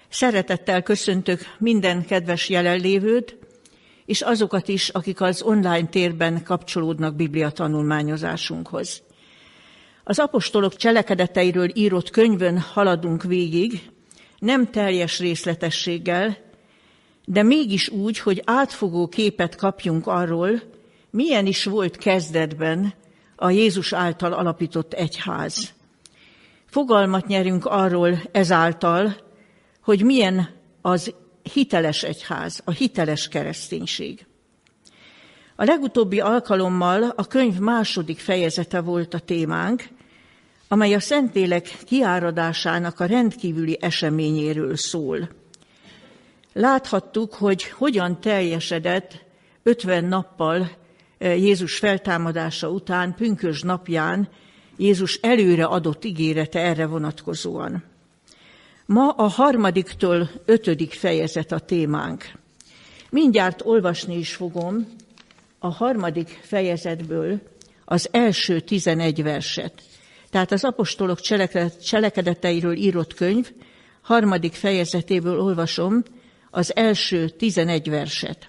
Szeretettel köszöntök minden kedves jelenlévőt, és azokat is, akik az online térben kapcsolódnak Biblia tanulmányozásunkhoz. Az apostolok cselekedeteiről írott könyvön haladunk végig, nem teljes részletességgel, de mégis úgy, hogy átfogó képet kapjunk arról, milyen is volt kezdetben a Jézus által alapított egyház. Fogalmat nyerünk arról ezáltal, hogy milyen az hiteles egyház, a hiteles kereszténység. A legutóbbi alkalommal a könyv második fejezete volt a témánk, amely a Szentlélek kiáradásának a rendkívüli eseményéről szól. Láthattuk, hogy hogyan teljesedett 50 nappal Jézus feltámadása után, pünkösd napján Jézus előre adott ígérete erre vonatkozóan. Ma a 3-től 5. fejezet a témánk. Mindjárt olvasni is fogom a 3. fejezetből az első 11 verset. Tehát az apostolok cselekedeteiről írott könyv 3. fejezetéből olvasom az első 11 verset.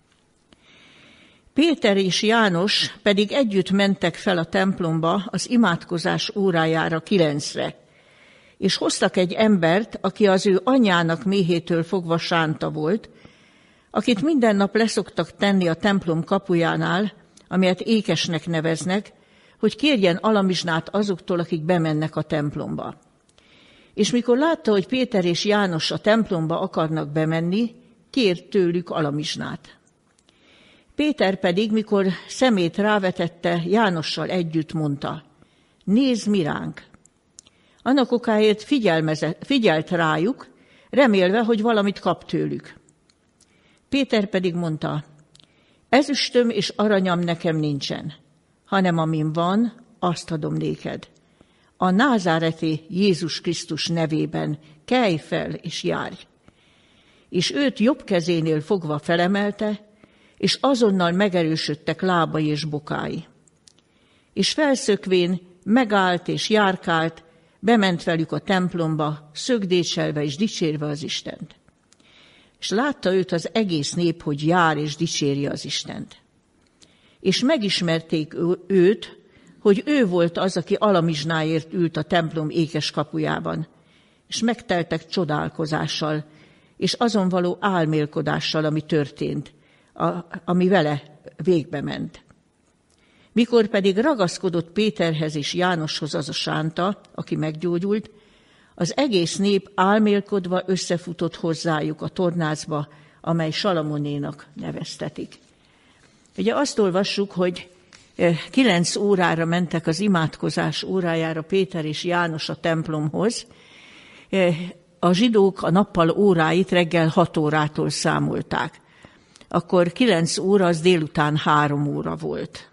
Péter és János pedig együtt mentek fel a templomba az imádkozás órájára 9-re, és hoztak egy embert, aki az ő anyjának méhétől fogva sánta volt, akit minden nap leszoktak tenni a templom kapujánál, amelyet ékesnek neveznek, hogy kérjen alamizsnát azoktól, akik bemennek a templomba. És mikor látta, hogy Péter és János a templomba akarnak bemenni, kért tőlük alamizsnát. Péter pedig, mikor szemét rávetette, Jánossal együtt mondta: nézd mi ránk! Annak okáért figyelt rájuk, remélve, hogy valamit kap tőlük. Péter pedig mondta: ezüstöm és aranyam nekem nincsen, hanem amin van, azt adom néked. A názáreti Jézus Krisztus nevében kelj fel és járj. És őt jobb kezénél fogva felemelte, és azonnal megerősödtek lábai és bokái. És felszökvén megállt és járkált, bement velük a templomba, szögdécselve és dicsérve az Istent. És látta őt az egész nép, hogy jár és dicséri az Istent. És megismerték őt, hogy ő volt az, aki alamizsnáért ült a templom ékes kapujában, és megteltek csodálkozással, és azon való álmélkodással, ami történt, ami vele végbe ment. Mikor pedig ragaszkodott Péterhez és Jánoshoz az a sánta, aki meggyógyult, az egész nép álmélkodva összefutott hozzájuk a tornácba, amely Salamonénak neveztetik. Ugye azt olvassuk, hogy 9 órára mentek az imádkozás órájára Péter és János a templomhoz. A zsidók a nappal óráit reggel 6 órától számolták. Akkor 9 óra az délután 3 óra volt.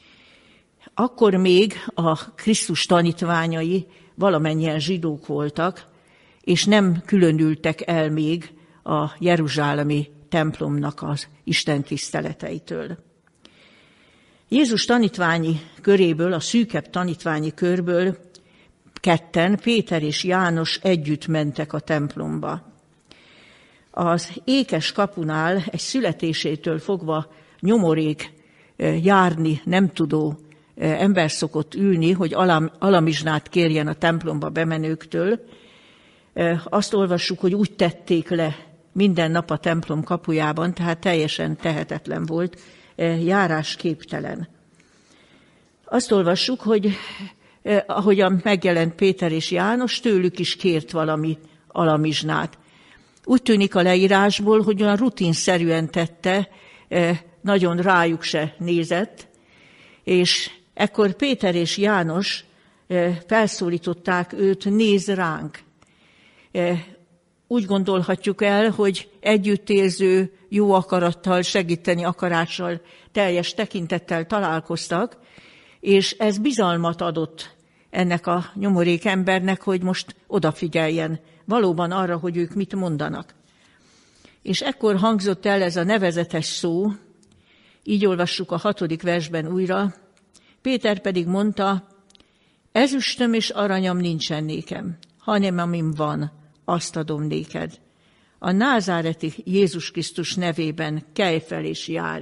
Akkor még a Krisztus tanítványai valamennyien zsidók voltak, és nem különültek el még a jeruzsálemi templomnak az istentiszteleteitől. Jézus tanítványi köréből, a szűkebb tanítványi körből 2, Péter és János együtt mentek a templomba. Az ékes kapunál egy születésétől fogva nyomorék járni nem tudó ember szokott ülni, hogy alamizsnát kérjen a templomba bemenőktől. Azt olvassuk, hogy úgy tették le minden nap a templom kapujában, tehát teljesen tehetetlen volt, járásképtelen. Azt olvassuk, hogy ahogyan megjelent Péter és János, tőlük is kért valami alamizsnát. Úgy tűnik a leírásból, hogy olyan rutinszerűen tette, nagyon rájuk se nézett, és ekkor Péter és János felszólították őt: nézz ránk. Úgy gondolhatjuk el, hogy együttérző, jó akarattal, segíteni akarással, teljes tekintettel találkoztak, és ez bizalmat adott ennek a nyomorék embernek, hogy most odafigyeljen valóban arra, hogy ők mit mondanak. És ekkor hangzott el ez a nevezetes szó, így olvassuk a 6. versben újra: Péter pedig mondta: ezüstöm és aranyam nincsen nékem, hanem amin van, azt adom néked. a názáreti Jézus Krisztus nevében kelj fel és járj.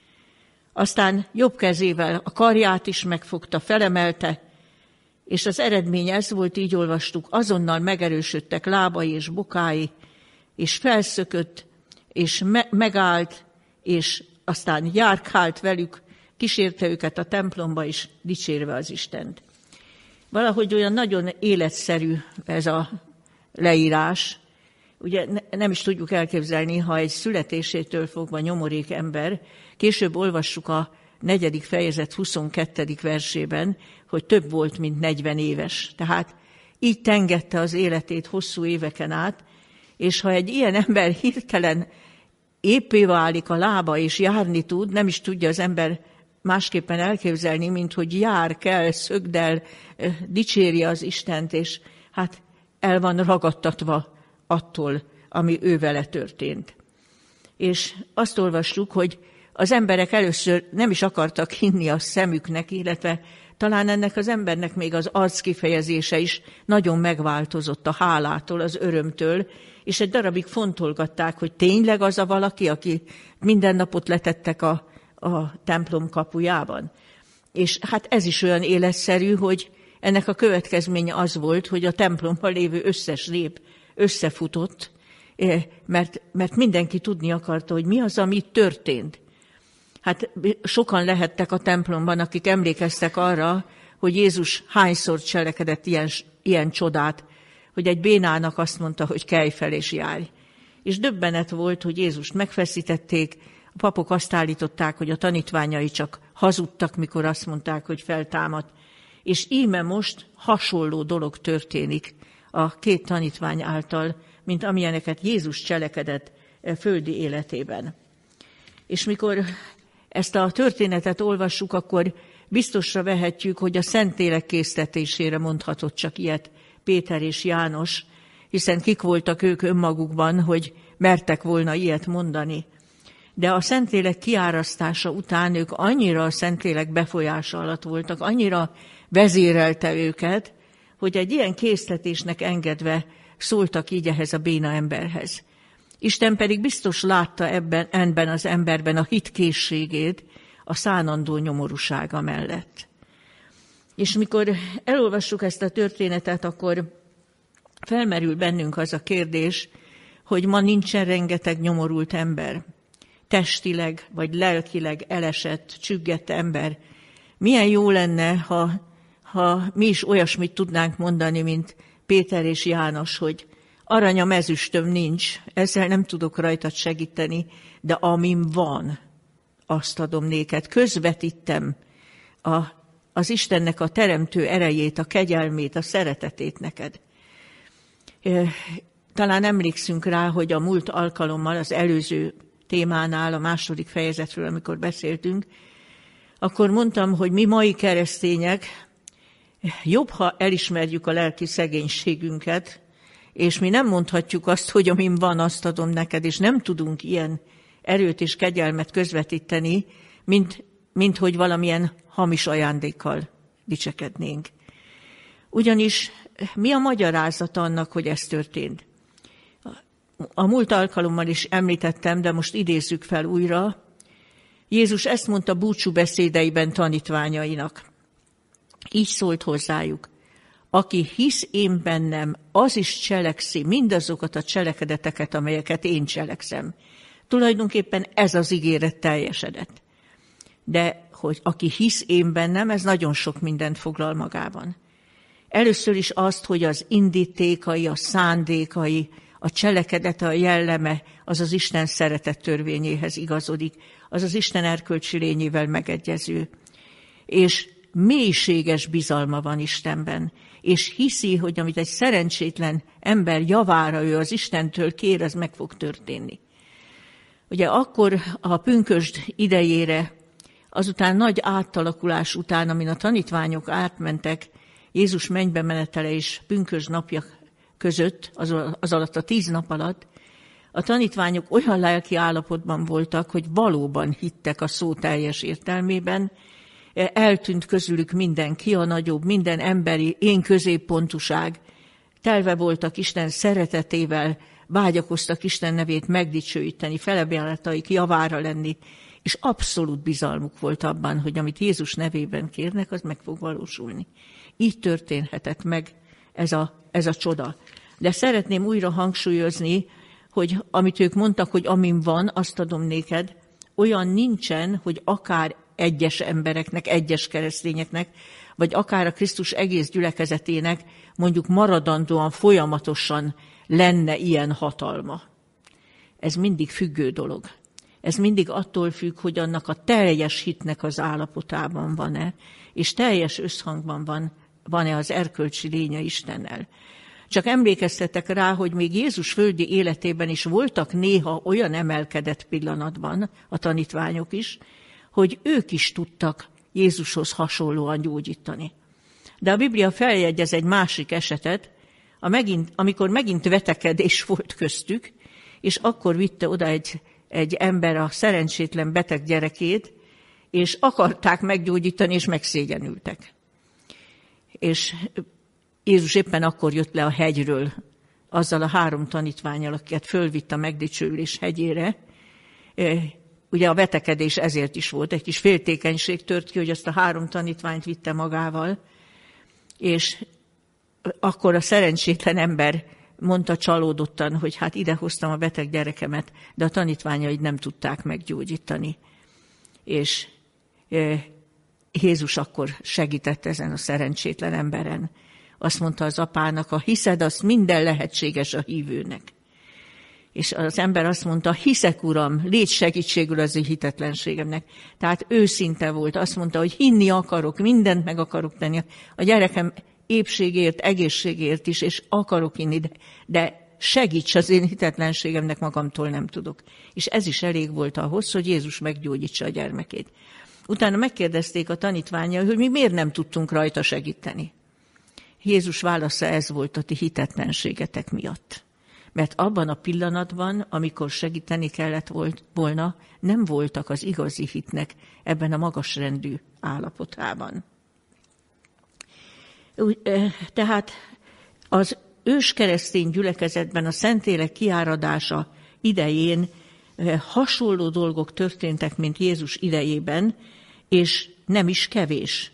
Aztán jobb kezével a karját is megfogta, felemelte, és az eredmény ez volt, így olvastuk, azonnal megerősödtek lábai és bokái, és felszökött, és megállt, és aztán járkált velük, kísérte őket a templomba, és dicsérve az Istent. Valahogy olyan nagyon életszerű ez a leírás. Ugye nem is tudjuk elképzelni, ha egy születésétől fogva nyomorék ember, később olvassuk a 4. fejezet 22. versében, hogy több volt, mint 40 éves. Tehát így tengette az életét hosszú éveken át, és ha egy ilyen ember hirtelen éppé válik a lába, és járni tud, nem is tudja az ember másképpen elképzelni, mint hogy jár, kell, szögdel, dicsérje az Istent, és hát el van ragadtatva attól, ami ő vele történt. És azt olvassuk, hogy az emberek először nem is akartak hinni a szemüknek, illetve talán ennek az embernek még az arckifejezése is nagyon megváltozott a hálától, az örömtől, és egy darabig fontolgatták, hogy tényleg az a valaki, aki minden napot letettek a templom kapujában. És hát ez is olyan életszerű, hogy ennek a következménye az volt, hogy a templomban lévő összes nép összefutott, mert mindenki tudni akarta, hogy mi az, ami történt. Hát sokan lehettek a templomban, akik emlékeztek arra, hogy Jézus hányszor cselekedett ilyen csodát, hogy egy bénának azt mondta, hogy kelj fel és járj. És döbbenet volt, hogy Jézust megfeszítették, a papok azt állították, hogy a tanítványai csak hazudtak, mikor azt mondták, hogy feltámadt. És íme most hasonló dolog történik a két tanítvány által, mint amilyeneket Jézus cselekedett földi életében. És mikor ezt a történetet olvassuk, akkor biztosra vehetjük, hogy a Szentlélek késztetésére mondhatott csak ilyet Péter és János, hiszen kik voltak ők önmagukban, hogy mertek volna ilyet mondani. De a Szentlélek kiárasztása után ők annyira a Szentlélek befolyása alatt voltak, annyira vezérelte őket, hogy egy ilyen késztetésnek engedve szóltak így ehhez a béna emberhez. Isten pedig biztos látta ebben az emberben a hitkészségét a szánandó nyomorúsága mellett. És mikor elolvassuk ezt a történetet, akkor felmerül bennünk az a kérdés, hogy ma nincsen rengeteg nyomorult ember, testileg vagy lelkileg elesett, csüggett ember. Milyen jó lenne, ha mi is olyasmit tudnánk mondani, mint Péter és János, hogy aranyam, ezüstöm nincs, ezzel nem tudok rajtad segíteni, de amim van, azt adom néked. Közvetítem az Istennek a teremtő erejét, a kegyelmét, a szeretetét neked. Talán emlékszünk rá, hogy a múlt alkalommal, az előző témánál, a 2. fejezetről, amikor beszéltünk, akkor mondtam, hogy mi mai keresztények jobb, ha elismerjük a lelki szegénységünket, és mi nem mondhatjuk azt, hogy amin van, azt adom neked, és nem tudunk ilyen erőt és kegyelmet közvetíteni, mint hogy valamilyen hamis ajándékkal dicsekednénk. Ugyanis mi a magyarázata annak, hogy ez történt? A múlt alkalommal is említettem, de most idézzük fel újra. Jézus ezt mondta búcsú beszédeiben tanítványainak. Így szólt hozzájuk. Aki hisz én bennem, az is cselekszi mindazokat a cselekedeteket, amelyeket én cselekszem. Tulajdonképpen ez az ígéret teljesedett. De hogy aki hisz én bennem, ez nagyon sok mindent foglal magában. Először is azt, hogy az indítékai, a szándékai, a cselekedete, a jelleme, az az Isten szeretet törvényéhez igazodik, az az Isten erkölcsi lényével megegyező. És mélységes bizalma van Istenben, és hiszi, hogy amit egy szerencsétlen ember javára ő az Istentől kér, az meg fog történni. Ugye akkor a pünkösd idejére, azután nagy átalakulás után, amin a tanítványok átmentek Jézus mennybe menetele és pünkösd napja között, az alatt a 10 nap alatt, a tanítványok olyan lelki állapotban voltak, hogy valóban hittek a szó teljes értelmében, eltűnt közülük minden ki a nagyobb, minden emberi, én középpontúság, telve voltak Isten szeretetével, vágyakoztak Isten nevét megdicsőíteni, felebjárataik javára lenni, és abszolút bizalmuk volt abban, hogy amit Jézus nevében kérnek, az meg fog valósulni. Így történhetett meg ez a csoda. De szeretném újra hangsúlyozni, hogy amit ők mondtak, hogy amin van, azt adom néked, olyan nincsen, hogy akár egyes embereknek, egyes keresztényeknek, vagy akár a Krisztus egész gyülekezetének mondjuk maradandóan, folyamatosan lenne ilyen hatalma. Ez mindig függő dolog. Ez mindig attól függ, hogy annak a teljes hitnek az állapotában van-e, és teljes összhangban van-e az erkölcsi lénye Istennel. Csak emlékeztetek rá, hogy még Jézus földi életében is voltak néha olyan emelkedett pillanatban, a tanítványok is, hogy ők is tudtak Jézushoz hasonlóan gyógyítani. De a Biblia feljegyez egy másik esetet, amikor megint vetekedés volt köztük, és akkor vitte oda egy ember a szerencsétlen beteg gyerekét, és akarták meggyógyítani, és megszégyenültek. És Jézus éppen akkor jött le a hegyről, azzal a 3 tanítvánnyal, akiket fölvitt a megdicsőülés hegyére. Ugye a vetekedés ezért is volt, egy kis féltékenység tört ki, hogy azt a 3 tanítványt vitte magával, és akkor a szerencsétlen ember mondta csalódottan, hogy hát idehoztam a beteg gyerekemet, de a tanítványaid nem tudták meggyógyítani. És Jézus akkor segített ezen a szerencsétlen emberen. Azt mondta az apának, ha hiszed, azt minden lehetséges a hívőnek. És az ember azt mondta, hiszek, Uram, légy segítségül az én hitetlenségemnek. Tehát őszinte volt, azt mondta, hogy hinni akarok, mindent meg akarok tenni. A gyerekem épségért, egészségért is, és akarok hinni, de segíts az én hitetlenségemnek, magamtól nem tudok. És ez is elég volt ahhoz, hogy Jézus meggyógyítsa a gyermekét. Utána megkérdezték a tanítványai, hogy mi miért nem tudtunk rajta segíteni. Jézus válasza ez volt, a ti hitetlenségetek miatt. Mert abban a pillanatban, amikor segíteni kellett volna, nem voltak az igazi hitnek ebben a magasrendű állapotában. Tehát az őskeresztény gyülekezetben a Szentlélek kiáradása idején hasonló dolgok történtek, mint Jézus idejében, és nem is kevés.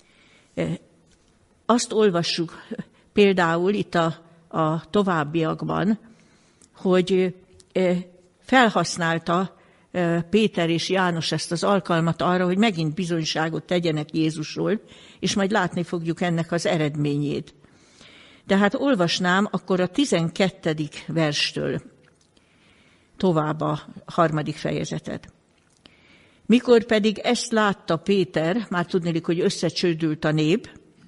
Azt olvassuk például itt a továbbiakban, hogy felhasználta Péter és János ezt az alkalmat arra, hogy megint bizonyságot tegyenek Jézusról, és majd látni fogjuk ennek az eredményét. Tehát olvasnám akkor a 12. verstől tovább a 3. fejezetet. Mikor pedig ezt látta Péter, már tudnélik, hogy összecsődült a nép,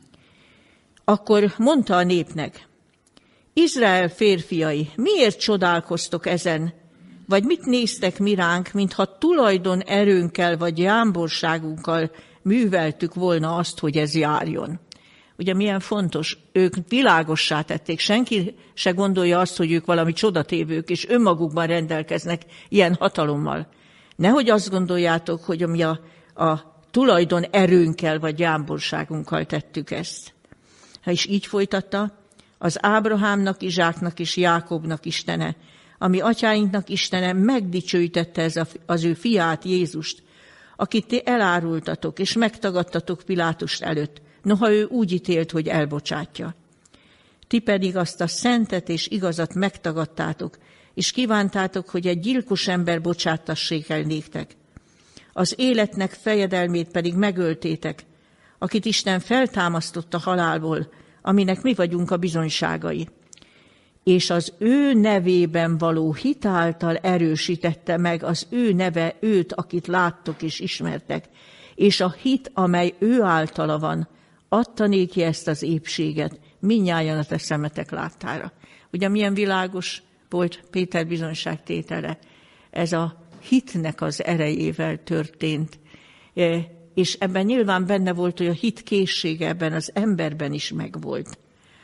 akkor mondta a népnek, Izrael férfiai, miért csodálkoztok ezen, vagy mit néztek mi ránk, mintha tulajdon erőnkkel vagy jámborságunkkal műveltük volna azt, hogy ez járjon. Ugye milyen fontos, ők világossá tették, senki se gondolja azt, hogy ők valami csodatévők, és önmagukban rendelkeznek ilyen hatalommal. Nehogy azt gondoljátok, hogy mi a tulajdon erőnkkel vagy jámborságunkkal tettük ezt. Ha is így folytatta, az Ábrahámnak, Izsáknak és Jákobnak Istene, ami atyáinknak Istene megdicsőítette az ő fiát, Jézust, akit ti elárultatok és megtagadtatok Pilátus előtt, noha ő úgy ítélt, hogy elbocsátja. Ti pedig azt a szentet és igazat megtagadtátok, és kívántátok, hogy egy gyilkos ember bocsátassék el néktek. Az életnek fejedelmét pedig megöltétek, akit Isten feltámasztott a halálból, aminek mi vagyunk a bizonyságai. És az ő nevében való hit által erősítette meg az ő neve őt, akit láttok és ismertek, és a hit, amely ő általa van, adta néki ezt az épséget, mindnyájan a te szemetek láttára. Ugye milyen világos volt Péter bizonyságtétele, ez a hitnek az erejével történt, és ebben nyilván benne volt, hogy a hit készsége ebben az emberben is megvolt.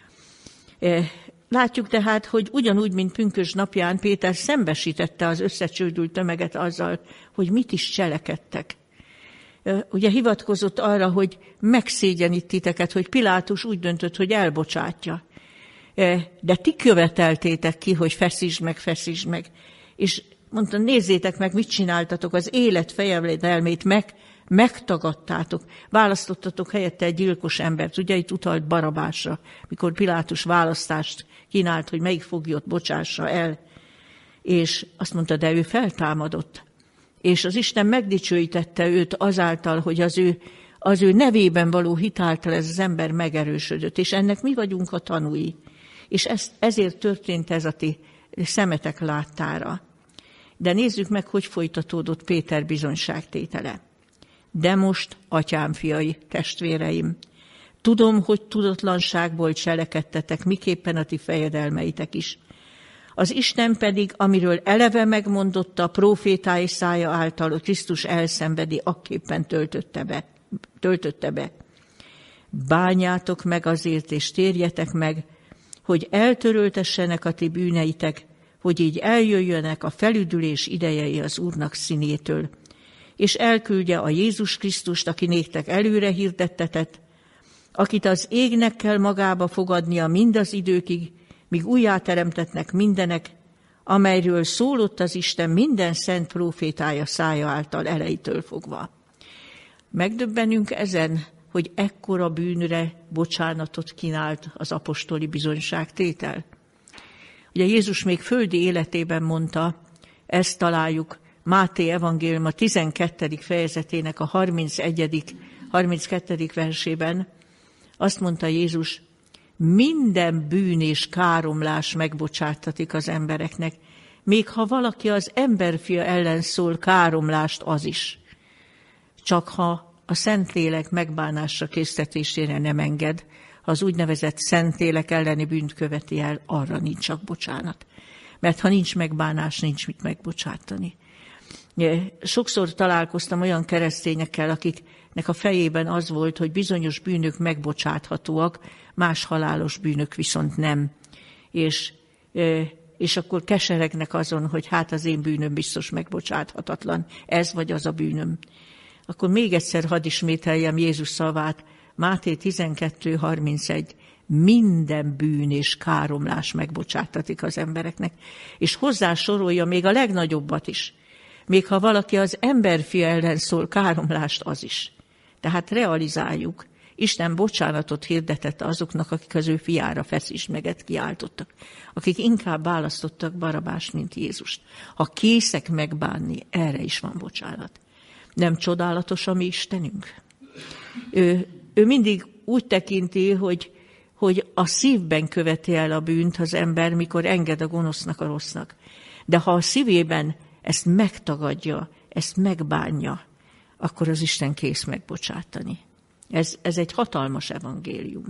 Látjuk tehát, hogy ugyanúgy, mint pünkösd napján Péter szembesítette az összecsődült tömeget azzal, hogy mit is cselekedtek. Ugye hivatkozott arra, hogy megszégyenít titeket, hogy Pilátus úgy döntött, hogy elbocsátja. de ti követeltétek ki, hogy feszítsd meg. És mondta, nézzétek meg, mit csináltatok, az élet fejedelmét megtagadtátok. Választottatok helyette egy gyilkos embert. Ugye itt utalt Barabásra, mikor Pilátus választást kínált, hogy melyik foglyot bocsássa el. És azt mondta, de ő feltámadott. És az Isten megdicsőítette őt azáltal, hogy az ő nevében való hitáltal ez az ember megerősödött. És ennek mi vagyunk a tanúi. És ezért történt ez a ti szemetek láttára. De nézzük meg, hogy folytatódott Péter bizonyságtétele. De most, atyám fiai, testvéreim, tudom, hogy tudatlanságból cselekedtetek, miképpen a ti fejedelmeitek is. Az Isten pedig, amiről eleve megmondotta a prófétái szája által, a Krisztus elszenvedi, akképpen töltötte be. Bánjátok meg azért, és térjetek meg, hogy eltöröltessenek a ti bűneitek, hogy így eljöjjönek a felüdülés idejei az Úrnak színétől, és elküldje a Jézus Krisztust, aki néktek előre hirdettetett, akit az égnek kell magába fogadnia mindaz időkig, míg újjáteremtetnek mindenek, amelyről szólott az Isten minden szent prófétája szája által elejétől fogva. Megdöbbenünk ezen, hogy ekkora bűnre bocsánatot kínált az apostoli bizonyságtétel. Ugye Jézus még földi életében mondta, ezt találjuk Máté evangélium a 12. fejezetének a 32. versében. Azt mondta Jézus, minden bűn és káromlás megbocsáttatik az embereknek, még ha valaki az emberfia ellen szól, káromlást az is. Csak ha a Szentlélek megbánásra késztetésére nem enged, ha az úgynevezett Szentlélek elleni bűnt követi el, arra nincs csak bocsánat. Mert ha nincs megbánás, nincs mit megbocsátani. Sokszor találkoztam olyan keresztényekkel, akiknek a fejében az volt, hogy bizonyos bűnök megbocsáthatóak, más halálos bűnök viszont nem. És akkor keseregnek azon, hogy hát az én bűnöm biztos megbocsáthatatlan, ez vagy az a bűnöm. Akkor még egyszer hadd ismételjem Jézus szavát, Máté 12.31, minden bűn és káromlás megbocsátatik az embereknek, és hozzá sorolja még a legnagyobbat is. Még ha valaki az emberfia ellen szól, káromlást az is. Tehát realizáljuk, Isten bocsánatot hirdetett azoknak, akik az ő fiára feszítsd meget kiáltottak, akik inkább választottak Barabást, mint Jézust. Ha készek megbánni, erre is van bocsánat. Nem csodálatos a mi Istenünk? Ő mindig úgy tekinti, hogy a szívben követi el a bűnt az ember, mikor enged a gonosznak, a rossznak. De ha a szívében ezt megtagadja, ezt megbánja, akkor az Isten kész megbocsátani. Ez egy hatalmas evangélium.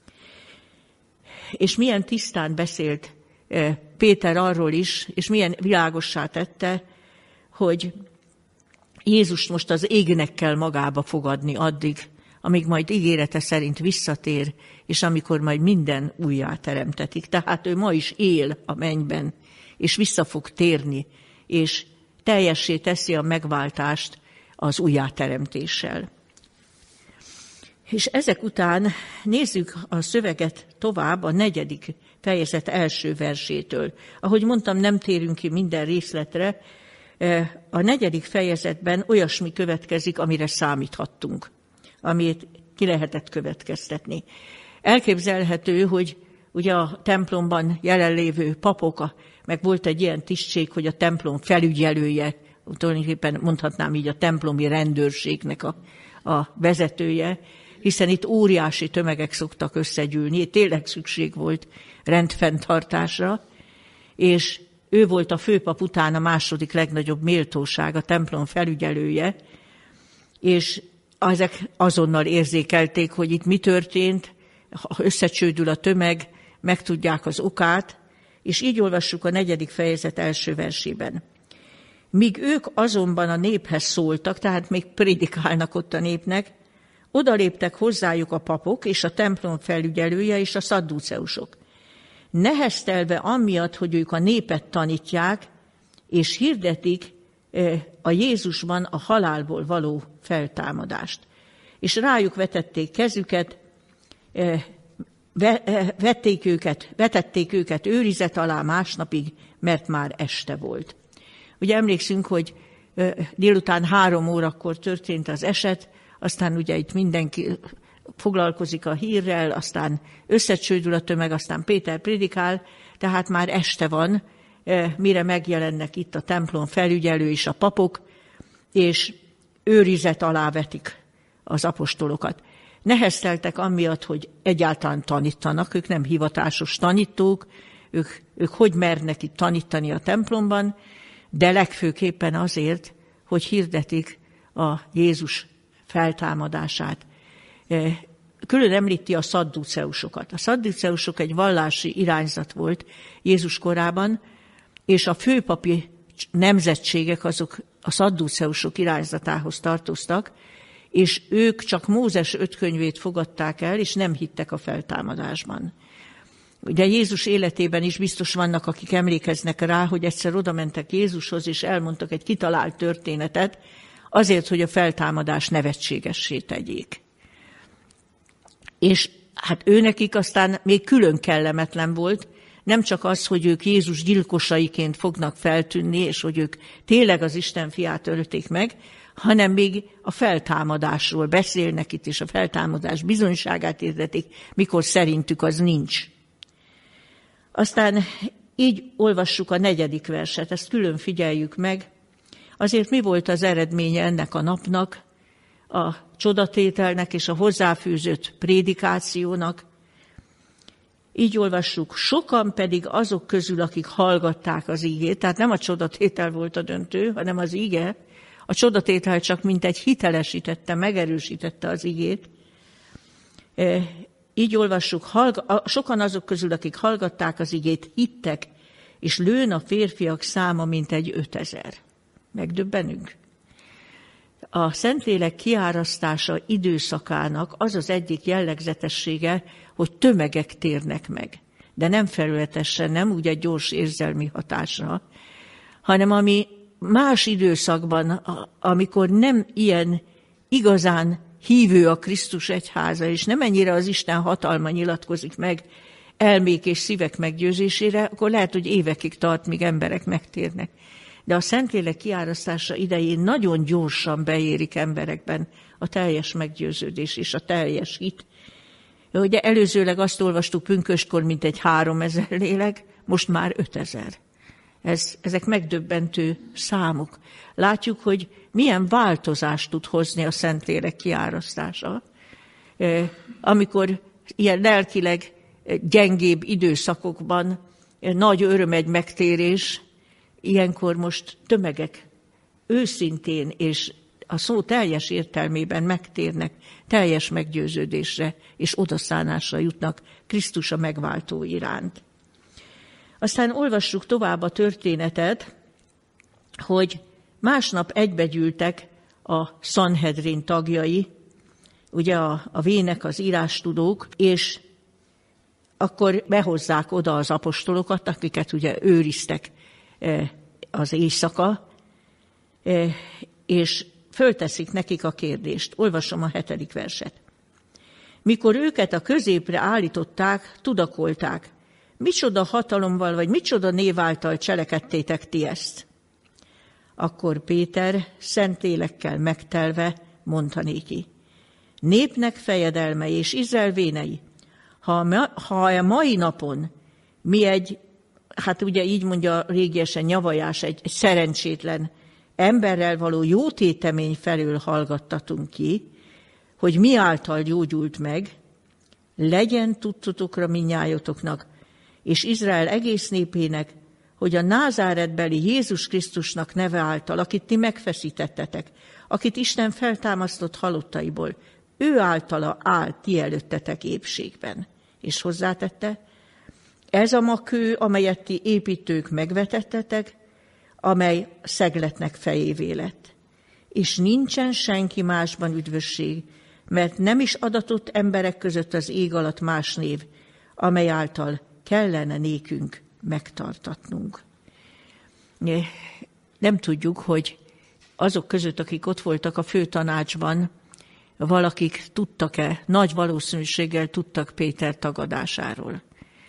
És milyen tisztán beszélt Péter arról is, és milyen világossá tette, hogy Jézust most az égnek kell magába fogadni addig, amíg majd ígérete szerint visszatér, és amikor majd minden újjáteremtetik. Tehát ő ma is él a mennyben, és vissza fog térni, és teljessé teszi a megváltást az újjáteremtéssel. És ezek után nézzük a szöveget tovább a 4. fejezet első versétől. Ahogy mondtam, nem térünk ki minden részletre. A 4. fejezetben olyasmi következik, amire számíthattunk, amit ki lehetett következtetni. Elképzelhető, hogy ugye a templomban jelenlévő papok, meg volt egy ilyen tisztség, hogy a templom felügyelője, tulajdonképpen mondhatnám így a templomi rendőrségnek a vezetője, hiszen itt óriási tömegek szoktak összegyűlni, tényleg szükség volt rendfenntartásra, és ő volt a főpap után a második legnagyobb méltóság, a templom felügyelője, és ezek azonnal érzékelték, hogy itt mi történt, ha összecsődül a tömeg, megtudják az okát, és így olvassuk a 4. fejezet első versében. Míg ők azonban a néphez szóltak, tehát még prédikálnak ott a népnek, odaléptek hozzájuk a papok és a templom felügyelője és a szadduceusok. Neheztelve amiatt, hogy ők a népet tanítják, és hirdetik a Jézusban a halálból való feltámadást. És rájuk vetették kezüket, vetették őket őrizet alá másnapig, mert már este volt. Ugye emlékszünk, hogy délután 3 órakor történt az eset, aztán ugye itt mindenki foglalkozik a hírrel, aztán összecsődül a tömeg, aztán Péter prédikál, tehát már este van, mire megjelennek itt a templom felügyelő és a papok, és őrizet alá vetik az apostolokat. Nehezteltek amiatt, hogy egyáltalán tanítanak, ők nem hivatásos tanítók, ők hogy mernek itt tanítani a templomban, de legfőképpen azért, hogy hirdetik a Jézus feltámadását. Külön említi a szadduceusokat. A szadduceusok egy vallási irányzat volt Jézus korában, és a főpapi nemzetségek azok a szadduceusok irányzatához tartoztak, és ők csak Mózes 5 könyvét fogadták el, és nem hittek a feltámadásban. Ugye Jézus életében is biztos vannak, akik emlékeznek rá, hogy egyszer oda mentek Jézushoz, és elmondtak egy kitalált történetet, azért, hogy a feltámadás nevetségessé tegyék. És hát őnekik aztán még külön kellemetlen volt, nem csak az, hogy ők Jézus gyilkosaiként fognak feltűnni, és hogy ők tényleg az Isten fiát ölték meg, hanem még a feltámadásról beszélnek itt, és a feltámadás bizonyságát hirdetik, mikor szerintük az nincs. Aztán így olvassuk a 4. verset, ezt külön figyeljük meg. Azért mi volt az eredménye ennek a napnak, a csodatételnek és a hozzáfűzött prédikációnak? Így olvassuk, sokan pedig azok közül, akik hallgatták az ígét, tehát nem a csodatétel volt a döntő, hanem az íge. A csodatétel csak mintegy hitelesítette, megerősítette az ígét. Így olvassuk, sokan azok közül, akik hallgatták az igét, hittek, és lőn a férfiak száma mintegy 5000. Megdöbbenünk. A Szentlélek kiárasztása időszakának az az egyik jellegzetessége, hogy tömegek térnek meg. De nem felületesen, nem úgy egy gyors érzelmi hatásra, hanem ami más időszakban, amikor nem ilyen igazán hívő a Krisztus egyháza, és nem ennyire az Isten hatalma nyilatkozik meg elmék és szívek meggyőzésére, akkor lehet, hogy évekig tart, míg emberek megtérnek. De a Szentlélek kiárasztása idején nagyon gyorsan beérik emberekben a teljes meggyőződés és a teljes hit. Ugye előzőleg azt olvastuk pünköstkor, mint egy 3000 lélek, most már 5000. Ezek megdöbbentő számok. Látjuk, hogy milyen változást tud hozni a Szentlélek kiárasztása. Amikor ilyen lelkileg gyengébb időszakokban nagy öröm egy megtérés, ilyenkor most tömegek őszintén és a szó teljes értelmében megtérnek, teljes meggyőződésre és odaszánásra jutnak Krisztus a megváltó iránt. Aztán olvassuk tovább a történetet, hogy másnap egybegyűltek a Szanhedrin tagjai, ugye a vének, az írástudók, és akkor behozzák oda az apostolokat, akiket ugye őriztek az éjszaka, és fölteszik nekik a kérdést. Olvasom a 7. verset. Mikor őket a középre állították, tudakolták, micsoda hatalommal, vagy micsoda név által cselekedtétek ti ezt? Akkor Péter Szentlélekkel megtelve mondta néki, népnek fejedelmei és Izrael vénei, ha a mai napon mi egy, hát ugye így mondja régiesen nyavajás, egy szerencsétlen emberrel való jótétemény felől hallgattatunk ki, hogy mi által gyógyult meg, legyen tudtotokra minnyájotoknak, és Izrael egész népének, hogy a názáretbeli Jézus Krisztusnak neve által, akit ti megfeszítettetek, akit Isten feltámasztott halottaiból, ő általa áll ti előttetek épségben. És hozzátette, ez a makő, amelyet ti építők megvetettetek, amely szegletnek fejévé lett. És nincsen senki másban üdvösség, mert nem is adatott emberek között az ég alatt más név, amely által kellene nékünk megtartatnunk. Nem tudjuk, hogy azok között, akik ott voltak a főtanácsban, valakik tudtak-e, nagy valószínűséggel tudtak Péter tagadásáról.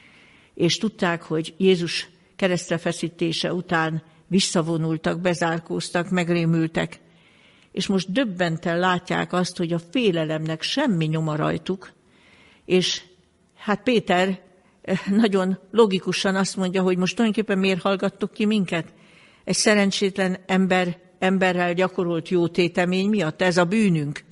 És tudták, hogy Jézus keresztre feszítése után visszavonultak, bezárkóztak, megrémültek, és most döbbenten látják azt, hogy a félelemnek semmi nyoma rajtuk, és hát Péter nagyon logikusan azt mondja, hogy most tulajdonképpen miért hallgattok ki minket? Egy szerencsétlen emberrel gyakorolt jó tétemény miatt, ez a bűnünk.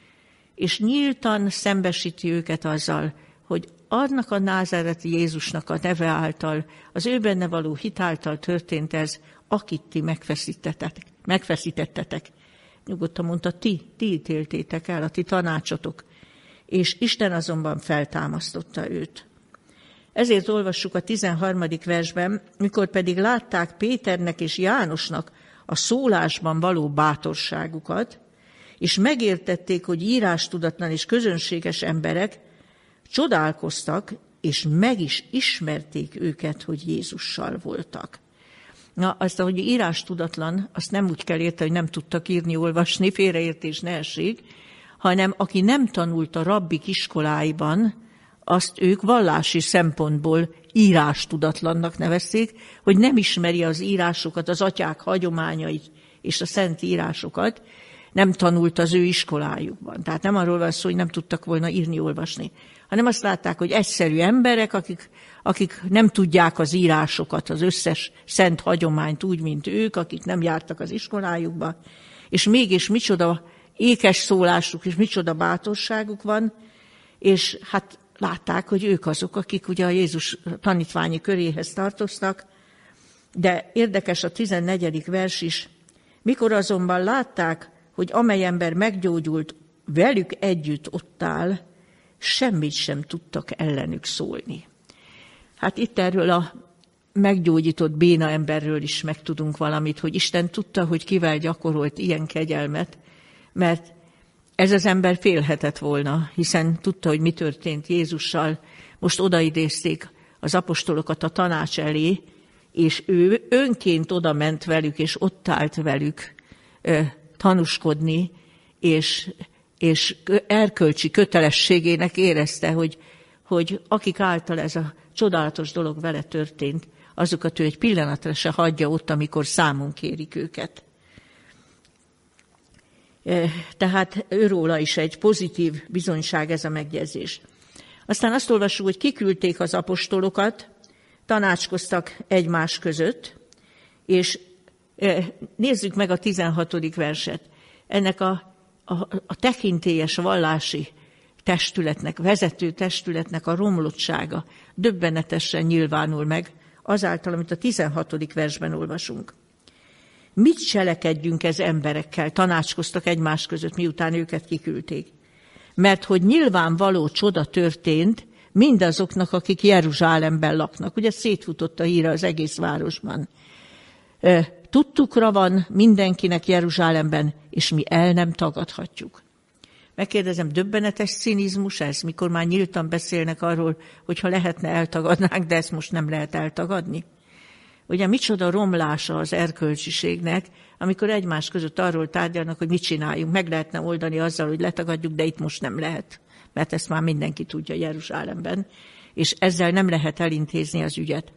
És nyíltan szembesíti őket azzal, hogy annak a názáreti Jézusnak a neve által, az ő benne való hit által történt ez, akit ti megfeszítettetek. Nyugodtan mondta, ti ítéltétek el, a ti tanácsotok. És Isten azonban feltámasztotta őt. Ezért olvassuk a 13. versben, mikor pedig látták Péternek és Jánosnak a szólásban való bátorságukat, és megértették, hogy írástudatlan és közönséges emberek, csodálkoztak, és meg is ismerték őket, hogy Jézussal voltak. Na, azt, hogy írástudatlan, azt nem úgy kell érteni, hogy nem tudtak írni, olvasni, félreértés ne essék, hanem aki nem tanult a rabbik iskoláiban, azt ők vallási szempontból írástudatlannak nevezték, hogy nem ismeri az írásokat, az atyák hagyományait és a szent írásokat, nem tanult az ő iskolájukban. Tehát nem arról van szó, hogy nem tudtak volna írni, olvasni, hanem azt látták, hogy egyszerű emberek, akik nem tudják az írásokat, az összes szent hagyományt úgy, mint ők, akik nem jártak az iskolájukba, és mégis micsoda ékes szólásuk, és micsoda bátorságuk van, és hát látták, hogy ők azok, akik ugye a Jézus tanítványi köréhez tartoztak, de érdekes a 14. vers is, mikor azonban látták, hogy amely ember meggyógyult, velük együtt ott áll, semmit sem tudtak ellenük szólni. Hát itt erről a meggyógyított béna emberről is megtudunk valamit, hogy Isten tudta, hogy kivel gyakorolt ilyen kegyelmet, mert ez az ember félhetett volna, hiszen tudta, hogy mi történt Jézussal. Most odaidézték az apostolokat a tanács elé, és ő önként oda ment velük, és ott állt velük tanúskodni, és erkölcsi kötelességének érezte, hogy akik által ez a csodálatos dolog vele történt, azokat ő egy pillanatra se hagyja ott, amikor számon kérik őket. Tehát őróla is egy pozitív bizonyság ez a megjegyzés. Aztán azt olvassuk, hogy kiküldték az apostolokat, tanácskoztak egymás között, és nézzük meg a 16. verset. Ennek a tekintélyes vallási testületnek, vezető testületnek a romlottsága döbbenetesen nyilvánul meg azáltal, amit a 16. versben olvasunk. Mit cselekedjünk ez emberekkel? Tanácskoztak egymás között, miután őket kiküldték. Mert hogy nyilvánvaló csoda történt mindazoknak, akik Jeruzsálemben laknak. Ugye szétfutott a híre az egész városban. Tudtukra van mindenkinek Jeruzsálemben, és mi el nem tagadhatjuk. Megkérdezem, döbbenetes cinizmus ez, mikor már nyíltan beszélnek arról, hogy ha lehetne eltagadnánk, de ezt most nem lehet eltagadni. Ugye micsoda romlása az erkölcsiségnek, amikor egymás között arról tárgyalnak, hogy mit csináljunk. Meg lehetne oldani azzal, hogy letagadjuk, de itt most nem lehet, mert ezt már mindenki tudja Jeruzsálemben, és ezzel nem lehet elintézni az ügyet.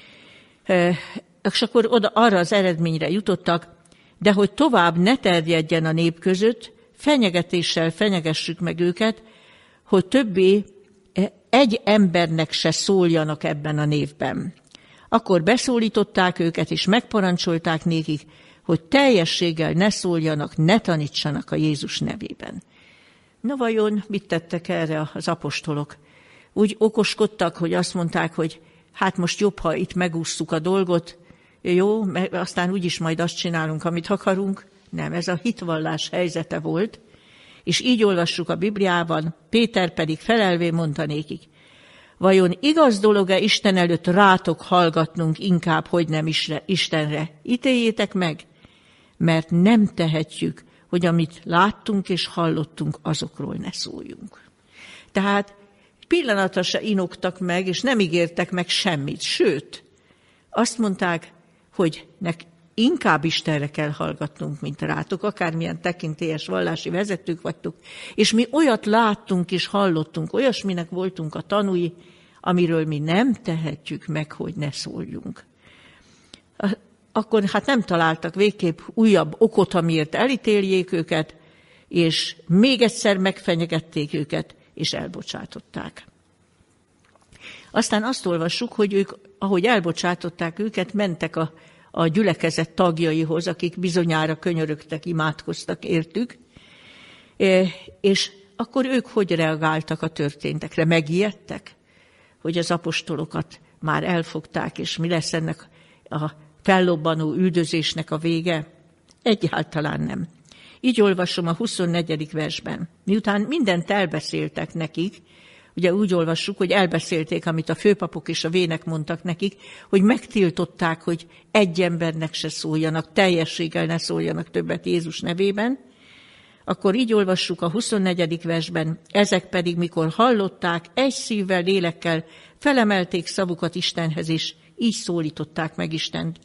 És akkor arra az eredményre jutottak, de hogy tovább ne terjedjen a nép között, fenyegetéssel fenyegessük meg őket, hogy többé egy embernek se szóljanak ebben a névben. Akkor beszólították őket, és megparancsolták nékik, hogy teljességgel ne szóljanak, ne tanítsanak a Jézus nevében. Na vajon mit tettek erre az apostolok? Úgy okoskodtak, hogy azt mondták, hogy hát most jobb, ha itt megússzuk a dolgot, jó, mert aztán úgyis majd azt csinálunk, amit akarunk. Nem, ez a hitvallás helyzete volt, és így olvassuk a Bibliában, Péter pedig felelvén mondta nékik, vajon igaz dolog-e Isten előtt rátok hallgatnunk inkább, hogy nem Istenre? Ítéljétek meg, mert nem tehetjük, hogy amit láttunk és hallottunk, azokról ne szóljunk. Tehát pillanatra se inogtak meg, és nem ígértek meg semmit, sőt, azt mondták, hogy inkább Istenre kell hallgatnunk, mint rátok, akármilyen tekintélyes vallási vezetők vagytok, és mi olyat láttunk és hallottunk, olyasminek voltunk a tanúi, amiről mi nem tehetjük meg, hogy ne szóljunk. Akkor hát nem találtak végképp újabb okot, amiért elítéljék őket, és még egyszer megfenyegették őket, és elbocsátották. Aztán azt olvassuk, hogy ők, ahogy elbocsátották őket, mentek a gyülekezet tagjaihoz, akik bizonyára könyörögtek, imádkoztak értük, és akkor ők hogy reagáltak a történtekre? Megijedtek, hogy az apostolokat már elfogták, és mi lesz ennek a fellobbanó üldözésnek a vége? Egyáltalán nem. Így olvasom a 24. versben. Miután mindent elbeszéltek nekik, ugye úgy olvassuk, hogy elbeszélték, amit a főpapok és a vének mondtak nekik, hogy megtiltották, hogy egy embernek se szóljanak, teljességgel ne szóljanak többet Jézus nevében, akkor így olvassuk a 24. versben, ezek pedig, mikor hallották, egy szívvel, lélekkel felemelték szavukat Istenhez, és így szólították meg Istent.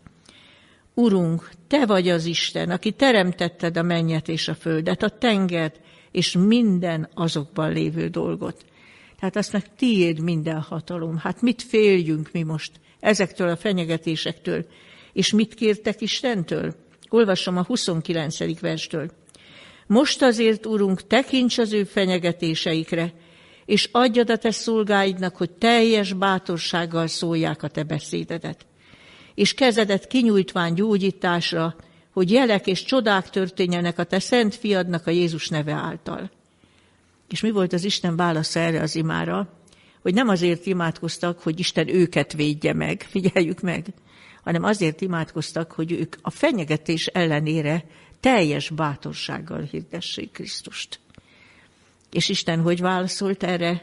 Urunk, te vagy az Isten, aki teremtetted a mennyet és a földet, a tengert, és minden azokban lévő dolgot. Tehát azt meg tiéd minden hatalom. Hát mit féljünk mi most ezektől a fenyegetésektől? És mit kértek Istentől? Olvasom a 29. verstől. Most azért, Urunk, tekints az ő fenyegetéseikre, és adjad a te szolgáidnak, hogy teljes bátorsággal szólják a te beszédedet. És kezedet kinyújtván gyógyításra, hogy jelek és csodák történjenek a te szent fiadnak a Jézus neve által. És mi volt az Isten válasza erre az imára? Hogy nem azért imádkoztak, hogy Isten őket védje meg, figyeljük meg, hanem azért imádkoztak, hogy ők a fenyegetés ellenére teljes bátorsággal hirdessék Krisztust. És Isten hogy válaszolt erre?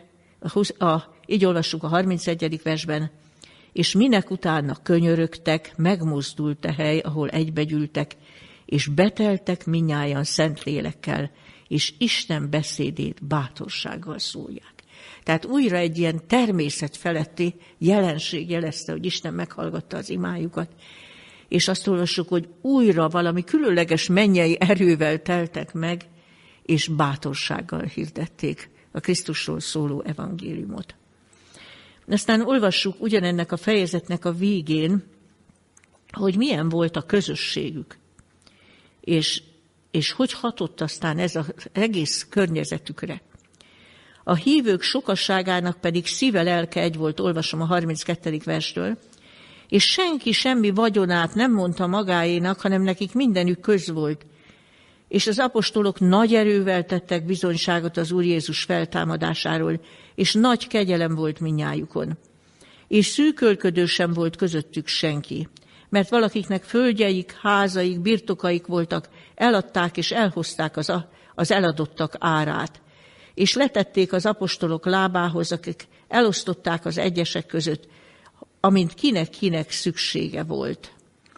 Így olvassuk a 31. versben. És minek utána könyörögtek, megmozdult a hely, ahol egybegyűltek, és beteltek minnyájan szent lélekkel, és Isten beszédét bátorsággal szólják. Tehát újra egy ilyen természetfeletti jelenség jelezte, hogy Isten meghallgatta az imájukat, és azt olvassuk, hogy újra valami különleges mennyei erővel teltek meg, és bátorsággal hirdették a Krisztusról szóló evangéliumot. Aztán olvassuk ugyanennek a fejezetnek a végén, hogy milyen volt a közösségük, és hogy hatott aztán ez az egész környezetükre. A hívők sokasságának pedig szíve, lelke egy volt, olvasom a 32. verstől, és senki semmi vagyonát nem mondta magáénak, hanem nekik mindenük köz volt. És az apostolok nagy erővel tettek bizonyságot az Úr Jézus feltámadásáról, és nagy kegyelem volt minnyájukon. És szűkölködő sem volt közöttük senki, mert valakiknek földjeik, házaik, birtokaik voltak, eladták és elhozták az eladottak árát. És letették az apostolok lábához, akik elosztották az egyesek között, amint kinek szüksége volt.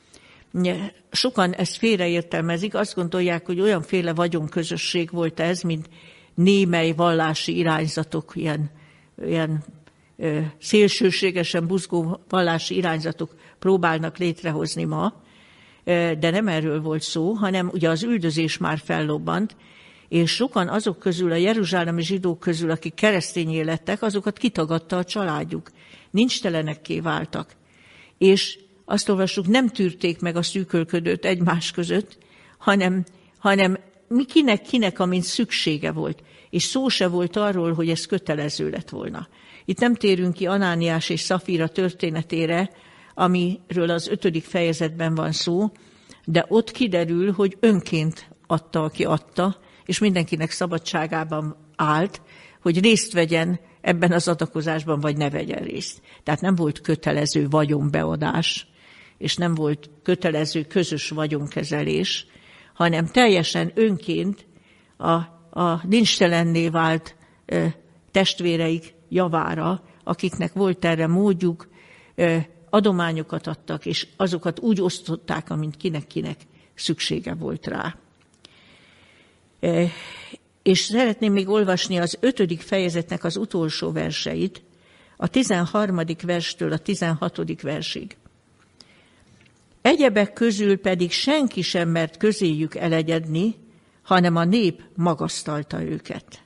Sokan ezt félreértelmezik, azt gondolják, hogy olyanféle vagyonközösség volt ez, mint némely vallási irányzatok, ilyen szélsőségesen buzgó vallási irányzatok próbálnak létrehozni ma, de nem erről volt szó, hanem ugye az üldözés már fellobbant, és sokan azok közül, a jeruzsálemi zsidók közül, akik keresztényé lettek, azokat kitagadta a családjuk. Nincstelenekké váltak. És azt olvassuk, nem tűrték meg a szűkölködőt egymás között, hanem kinek, amint szüksége volt. És szó se volt arról, hogy ez kötelező lett volna. Itt nem térünk ki Anániás és Szafira történetére, amiről az 5. fejezetben van szó, de ott kiderül, hogy önként adta, aki adta, és mindenkinek szabadságában állt, hogy részt vegyen ebben az adakozásban, vagy ne vegyen részt. Tehát nem volt kötelező vagyonbeadás, és nem volt kötelező közös vagyonkezelés, hanem teljesen önként a nincstelenné vált testvéreik javára, akiknek volt erre módjuk, adományokat adtak, és azokat úgy osztották, amint kinek szüksége volt rá. És szeretném még olvasni az 5. fejezetnek az utolsó verseit, a 13. verstől a 16. versig. Egyebek közül pedig senki sem mert közéjük elegyedni, hanem a nép magasztalta őket.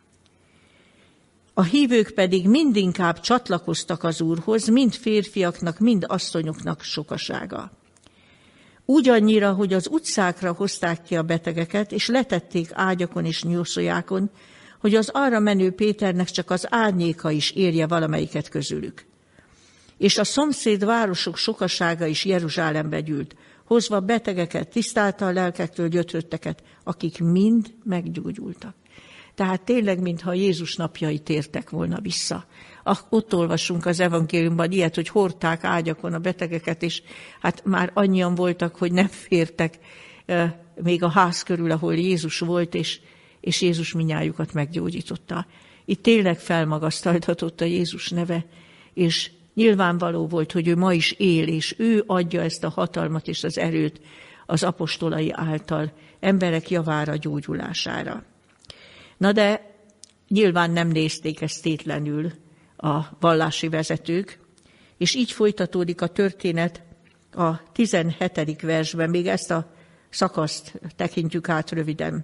A hívők pedig mindinkább csatlakoztak az Úrhoz, mind férfiaknak, mind asszonyoknak sokasága. Úgy annyira, hogy az utcákra hozták ki a betegeket, és letették ágyakon és nyúlsólyákon, hogy az arra menő Péternek csak az árnyéka is érje valamelyiket közülük. És a szomszéd városok sokasága is Jeruzsálembe gyűlt, hozva betegeket, tisztálta a lelkektől gyötrötteket, akik mind meggyógyultak. Tehát tényleg, mintha Jézus napjai tértek volna vissza. Ott olvasunk az evangéliumban ilyet, hogy hordták ágyakon a betegeket, és hát már annyian voltak, hogy nem fértek még a ház körül, ahol Jézus volt, és Jézus mindnyájukat meggyógyította. Itt tényleg felmagasztaltatott a Jézus neve, és nyilvánvaló volt, hogy ő ma is él, és ő adja ezt a hatalmat és az erőt az apostolai által emberek javára, gyógyulására. Na de nyilván nem nézték ezt tétlenül a vallási vezetők, és így folytatódik a történet a 17. versben, még ezt a szakaszt tekintjük át röviden.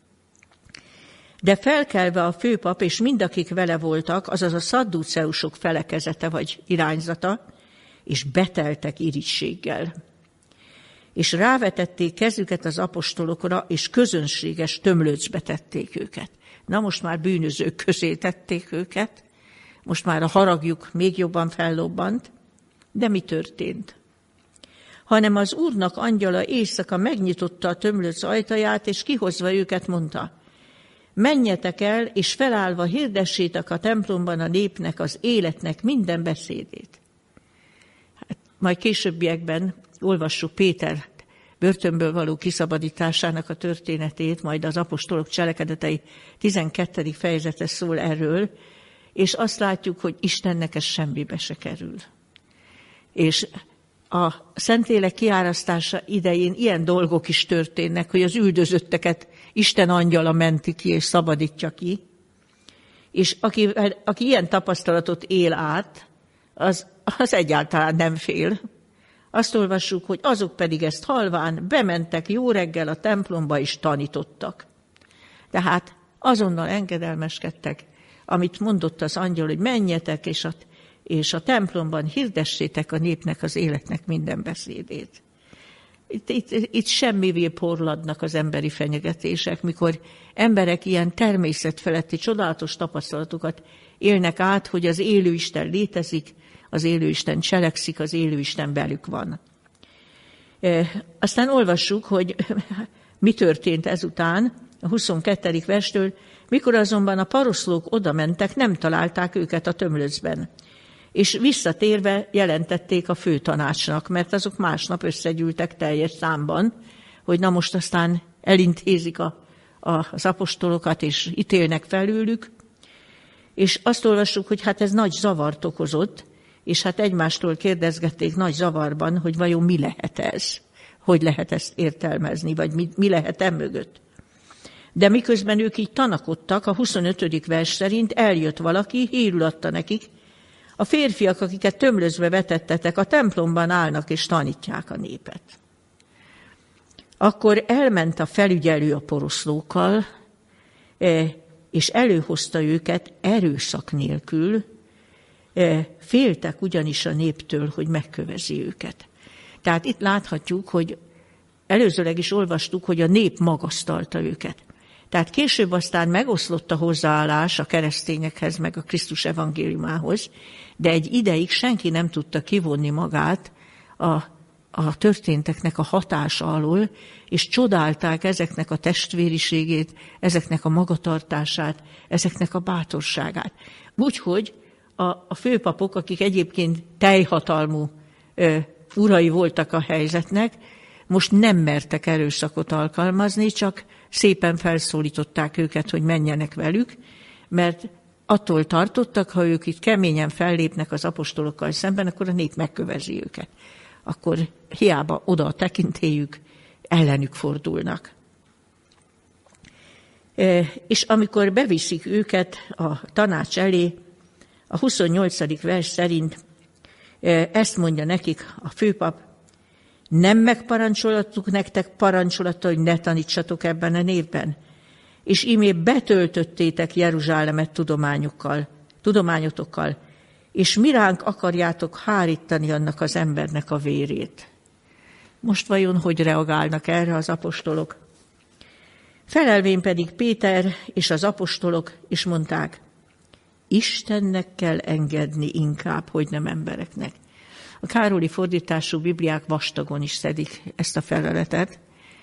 De felkelve a főpap és mindakik vele voltak, azaz a szadduceusok felekezete vagy irányzata, és beteltek irigységgel. És rávetették kezüket az apostolokra, és közönséges tömlöcbe tették őket. Na most már bűnözők közé tették őket, most már a haragjuk még jobban fellobbant, de mi történt? Hanem az Úrnak angyala éjszaka megnyitotta a tömlöc ajtaját, és kihozva őket mondta: menjetek el, és felállva hirdessétek a templomban a népnek, az életnek minden beszédét. Hát, majd későbbiekben olvassuk Péter börtönből való kiszabadításának a történetét, majd az apostolok cselekedetei 12. fejezete szól erről, és azt látjuk, hogy Istennek ez semmibe se kerül. És a Szentlélek kiárasztása idején ilyen dolgok is történnek, hogy az üldözötteket Isten angyala menti ki és szabadítja ki, és aki ilyen tapasztalatot él át, az egyáltalán nem fél. Azt olvassuk, hogy azok pedig ezt halván bementek jó reggel a templomba és tanítottak. Tehát azonnal engedelmeskedtek, amit mondott az angyal, hogy menjetek, és a templomban hirdessétek a népnek, az életnek minden beszédét. Itt semmivé porladnak az emberi fenyegetések, mikor emberek ilyen természetfeletti csodálatos tapasztalatokat élnek át, hogy az élő Isten létezik, az élő Isten cselekszik, az élő Isten belük van. Aztán olvassuk, hogy mi történt ezután, a 22. verstől, mikor azonban a paroszlók oda mentek, nem találták őket a tömlöcben. És visszatérve jelentették a főtanácsnak, mert azok másnap összegyűltek teljes számban, hogy na most aztán elintézik az apostolokat, és ítélnek felőlük. És azt olvassuk, hogy hát ez nagy zavart okozott, és hát egymástól kérdezgették nagy zavarban, hogy vajon mi lehet ez, hogy lehet ezt értelmezni, vagy mi lehet mögött. De miközben ők így tanakodtak, a 25. vers szerint eljött valaki, hírül adta nekik: a férfiak, akiket tömlözbe vetettetek, a templomban állnak és tanítják a népet. Akkor elment a felügyelő a poroszlókkal, és előhozta őket erőszak nélkül, féltek ugyanis a néptől, hogy megkövezi őket. Tehát itt láthatjuk, hogy előzőleg is olvastuk, hogy a nép magasztalta őket. Tehát később aztán megoszlott a hozzáállás a keresztényekhez, meg a Krisztus evangéliumához, de egy ideig senki nem tudta kivonni magát a történteknek a hatása alól, és csodálták ezeknek a testvériségét, ezeknek a magatartását, ezeknek a bátorságát. Úgyhogy a főpapok, akik egyébként teljhatalmú urai voltak a helyzetnek, most nem mertek erőszakot alkalmazni, csak szépen felszólították őket, hogy menjenek velük, mert attól tartottak, ha ők itt keményen fellépnek az apostolokkal szemben, akkor a nép megkövezi őket. Akkor hiába oda a tekintélyük, ellenük fordulnak. És amikor beviszik őket a tanács elé, a 28. vers szerint ezt mondja nekik a főpap: Nem megparancsoltuk nektek parancsolata, hogy ne tanítsatok ebben a névben? És íme betöltöttétek Jeruzsálemet tudományotokkal, és miránk akarjátok hárítani annak az embernek a vérét. Most vajon hogy reagálnak erre az apostolok? Felelvén pedig Péter és az apostolok is mondták, Istennek kell engedni inkább, hogy nem embereknek. A Károli fordítású bibliák vastagon is szedik ezt a feleletet.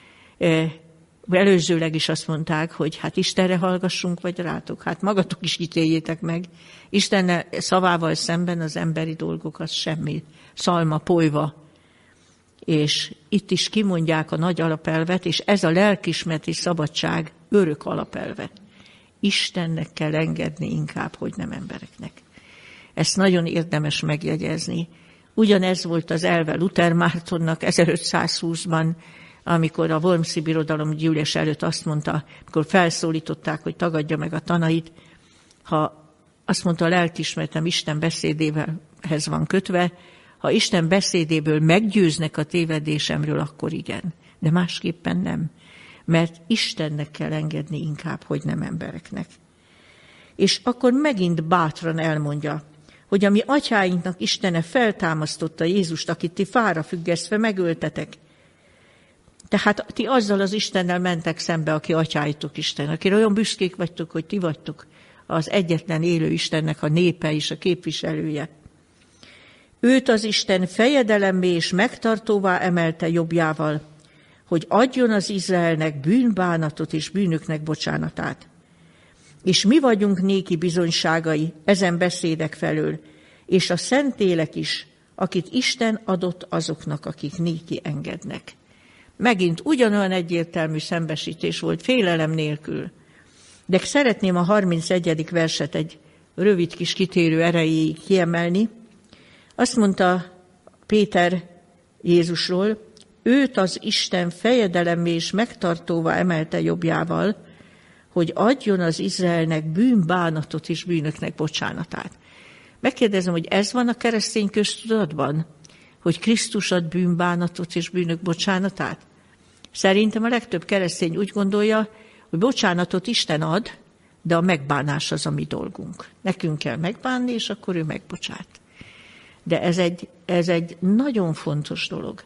Előzőleg is azt mondták, hogy hát Istenre hallgassunk, vagy rátok. Hát magatok is ítéljétek meg. Isten szavával szemben az emberi dolgok az semmi. Szalma, polyva. És itt is kimondják a nagy alapelvet, és ez a lelkiismereti szabadság örök alapelve. Istennek kell engedni inkább, hogy nem embereknek. Ezt nagyon érdemes megjegyezni. Ugyanez volt az elve Luther Mártonnak 1520-ban, amikor a Wormsi Birodalom gyűlés előtt azt mondta, amikor felszólították, hogy tagadja meg a tanait, ha azt mondta, a lelkiismeretem Isten beszédéhez van kötve, ha Isten beszédéből meggyőznek a tévedésemről, akkor igen, de másképpen nem, mert Istennek kell engedni inkább, hogy nem embereknek. És akkor megint bátran elmondja, hogy a mi atyáinknak Istene feltámasztotta Jézust, akit ti fára függesztve megöltetek. Tehát ti azzal az Istennel mentek szembe, aki atyáitok Isten, akire olyan büszkék vagytok, hogy ti vagytok az egyetlen élő Istennek a népe és a képviselője. Őt az Isten fejedelemmé és megtartóvá emelte jobbjával, hogy adjon az Izraelnek bűnbánatot és bűnöknek bocsánatát. És mi vagyunk néki bizonyságai ezen beszédek felől, és a Szentlélek is, akit Isten adott azoknak, akik néki engednek. Megint ugyanolyan egyértelmű szembesítés volt, félelem nélkül. De szeretném a 31. verset egy rövid kis kitérő erejéig kiemelni. Azt mondta Péter Jézusról, őt az Isten fejedelemmé és megtartóvá emelte jobbjával, hogy adjon az Izraelnek bűnbánatot és bűnöknek bocsánatát. Megkérdezem, hogy ez van a keresztény köztudatban, hogy Krisztus ad bűnbánatot és bűnök bocsánatát? Szerintem a legtöbb keresztény úgy gondolja, hogy bocsánatot Isten ad, de a megbánás az a mi dolgunk. Nekünk kell megbánni, és akkor ő megbocsát. De ez egy nagyon fontos dolog.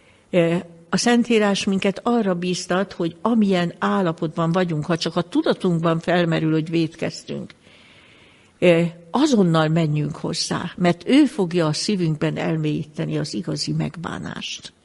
A Szentírás minket arra bíztat, hogy amilyen állapotban vagyunk, ha csak a tudatunkban felmerül, hogy vétkeztünk, azonnal menjünk hozzá, mert ő fogja a szívünkben elmélyíteni az igazi megbánást.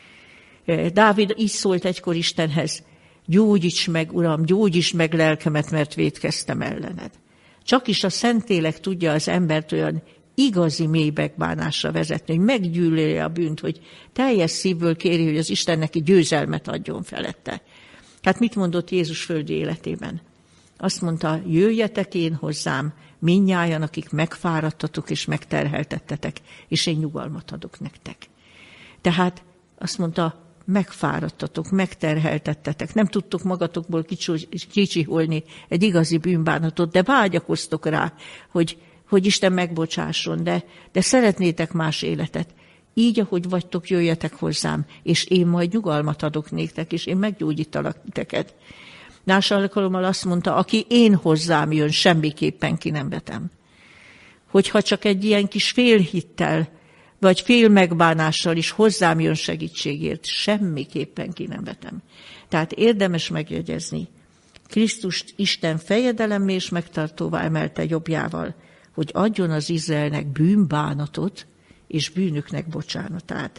Dávid így szólt egykor Istenhez, gyógyíts meg, Uram, gyógyíts meg lelkemet, mert vétkeztem ellened. Csak is a Szentlélek tudja az embert olyan igazi mély megbánásra vezetni, hogy meggyűlölje a bűnt, hogy teljes szívből kéri, hogy az Isten neki győzelmet adjon felette. Hát mit mondott Jézus földi életében? Azt mondta, jöjjetek én hozzám, mindnyájan, akik megfáradtatok és megterheltettetek, és én nyugalmat adok nektek. Tehát azt mondta, megfáradtatok, megterheltettetek, nem tudtok magatokból kicsiholni egy igazi bűnbánatot, de vágyakoztok rá, hogy Isten megbocsásson, de szeretnétek más életet. Így, ahogy vagytok, jöjjetek hozzám, és én majd nyugalmat adok néktek, és én meggyógyítalak titeket. Más alkalommal azt mondta, aki én hozzám jön, semmiképpen ki nem vetem. Hogyha csak egy ilyen kis félhittel, vagy fél megbánással is hozzám jön segítségért, semmiképpen ki nem vetem. Tehát érdemes megjegyezni, Krisztust Isten fejedelemmé és megtartóvá emelte jobbjával, hogy adjon az Izraelnek bűnbánatot és bűnöknek bocsánatát.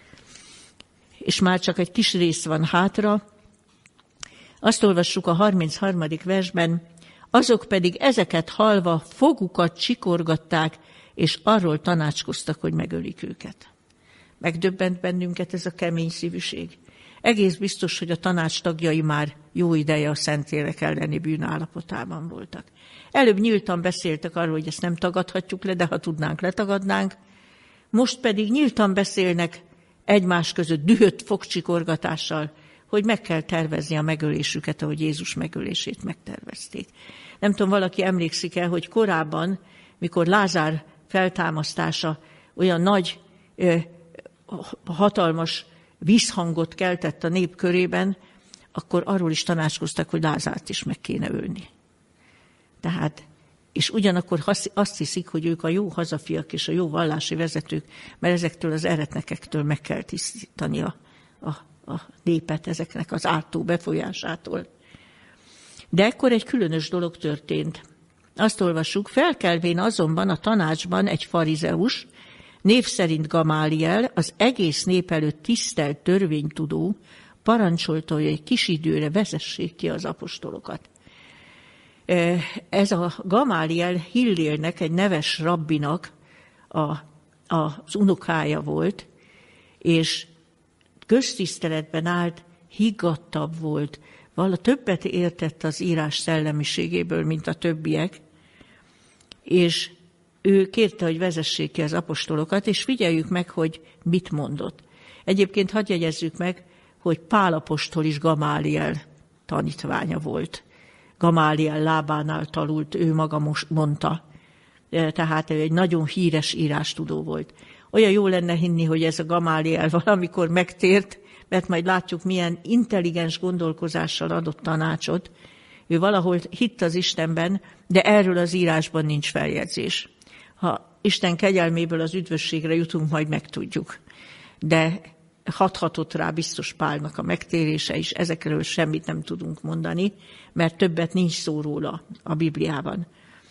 És már csak egy kis rész van hátra. Azt olvassuk a 33. versben, azok pedig ezeket hallva fogukat csikorgatták, és arról tanácskoztak, hogy megölik őket. Megdöbbent bennünket ez a kemény szívűség. Egész biztos, hogy a tanács tagjai már jó ideje a Szentlélek elleni bűnállapotában voltak. Előbb nyíltan beszéltek arról, hogy ezt nem tagadhatjuk le, de ha tudnánk, letagadnánk. Most pedig nyíltan beszélnek egymás között dühött fogcsikorgatással, hogy meg kell tervezni a megölésüket, ahogy Jézus megölését megtervezték. Nem tudom, valaki emlékszik-e, hogy korábban, mikor Lázár feltámasztása olyan nagy, hatalmas visszhangot keltett a nép körében, akkor arról is tanácskoztak, hogy Lázárt is meg kéne ölni. Tehát, és ugyanakkor azt hiszik, hogy ők a jó hazafiak és a jó vallási vezetők, mert ezektől az eretnekektől meg kell tisztítani a népet ezeknek az ártó befolyásától. De ekkor egy különös dolog történt. Azt olvassuk, felkelvén azonban a tanácsban egy farizeus, név szerint Gamáliel, az egész nép előtt tisztelt törvénytudó, parancsolta, hogy egy kis időre vezessék ki az apostolokat. Ez a Gamáliel Hillélnek, egy neves rabbinak az unokája volt, és köztiszteletben állt, higgadtabb volt, többet értett az írás szellemiségéből, mint a többiek, és ő kérte, hogy vezessék ki az apostolokat, és figyeljük meg, hogy mit mondott. Egyébként hadd jegyezzük meg, hogy Pál apostol is Gamáliel tanítványa volt. Gamáliel lábánál tanult, ő maga mondta. Tehát ő egy nagyon híres írástudó volt. Olyan jó lenne hinni, hogy ez a Gamáliel valamikor megtért, mert majd látjuk, milyen intelligens gondolkozással adott tanácsot. Ő valahol hitt az Istenben, de erről az írásban nincs feljegyzés. Ha Isten kegyelméből az üdvösségre jutunk, majd megtudjuk. De hathatott rá biztos Pálnak a megtérése is, ezekről semmit nem tudunk mondani, mert többet nincs szó róla a Bibliában.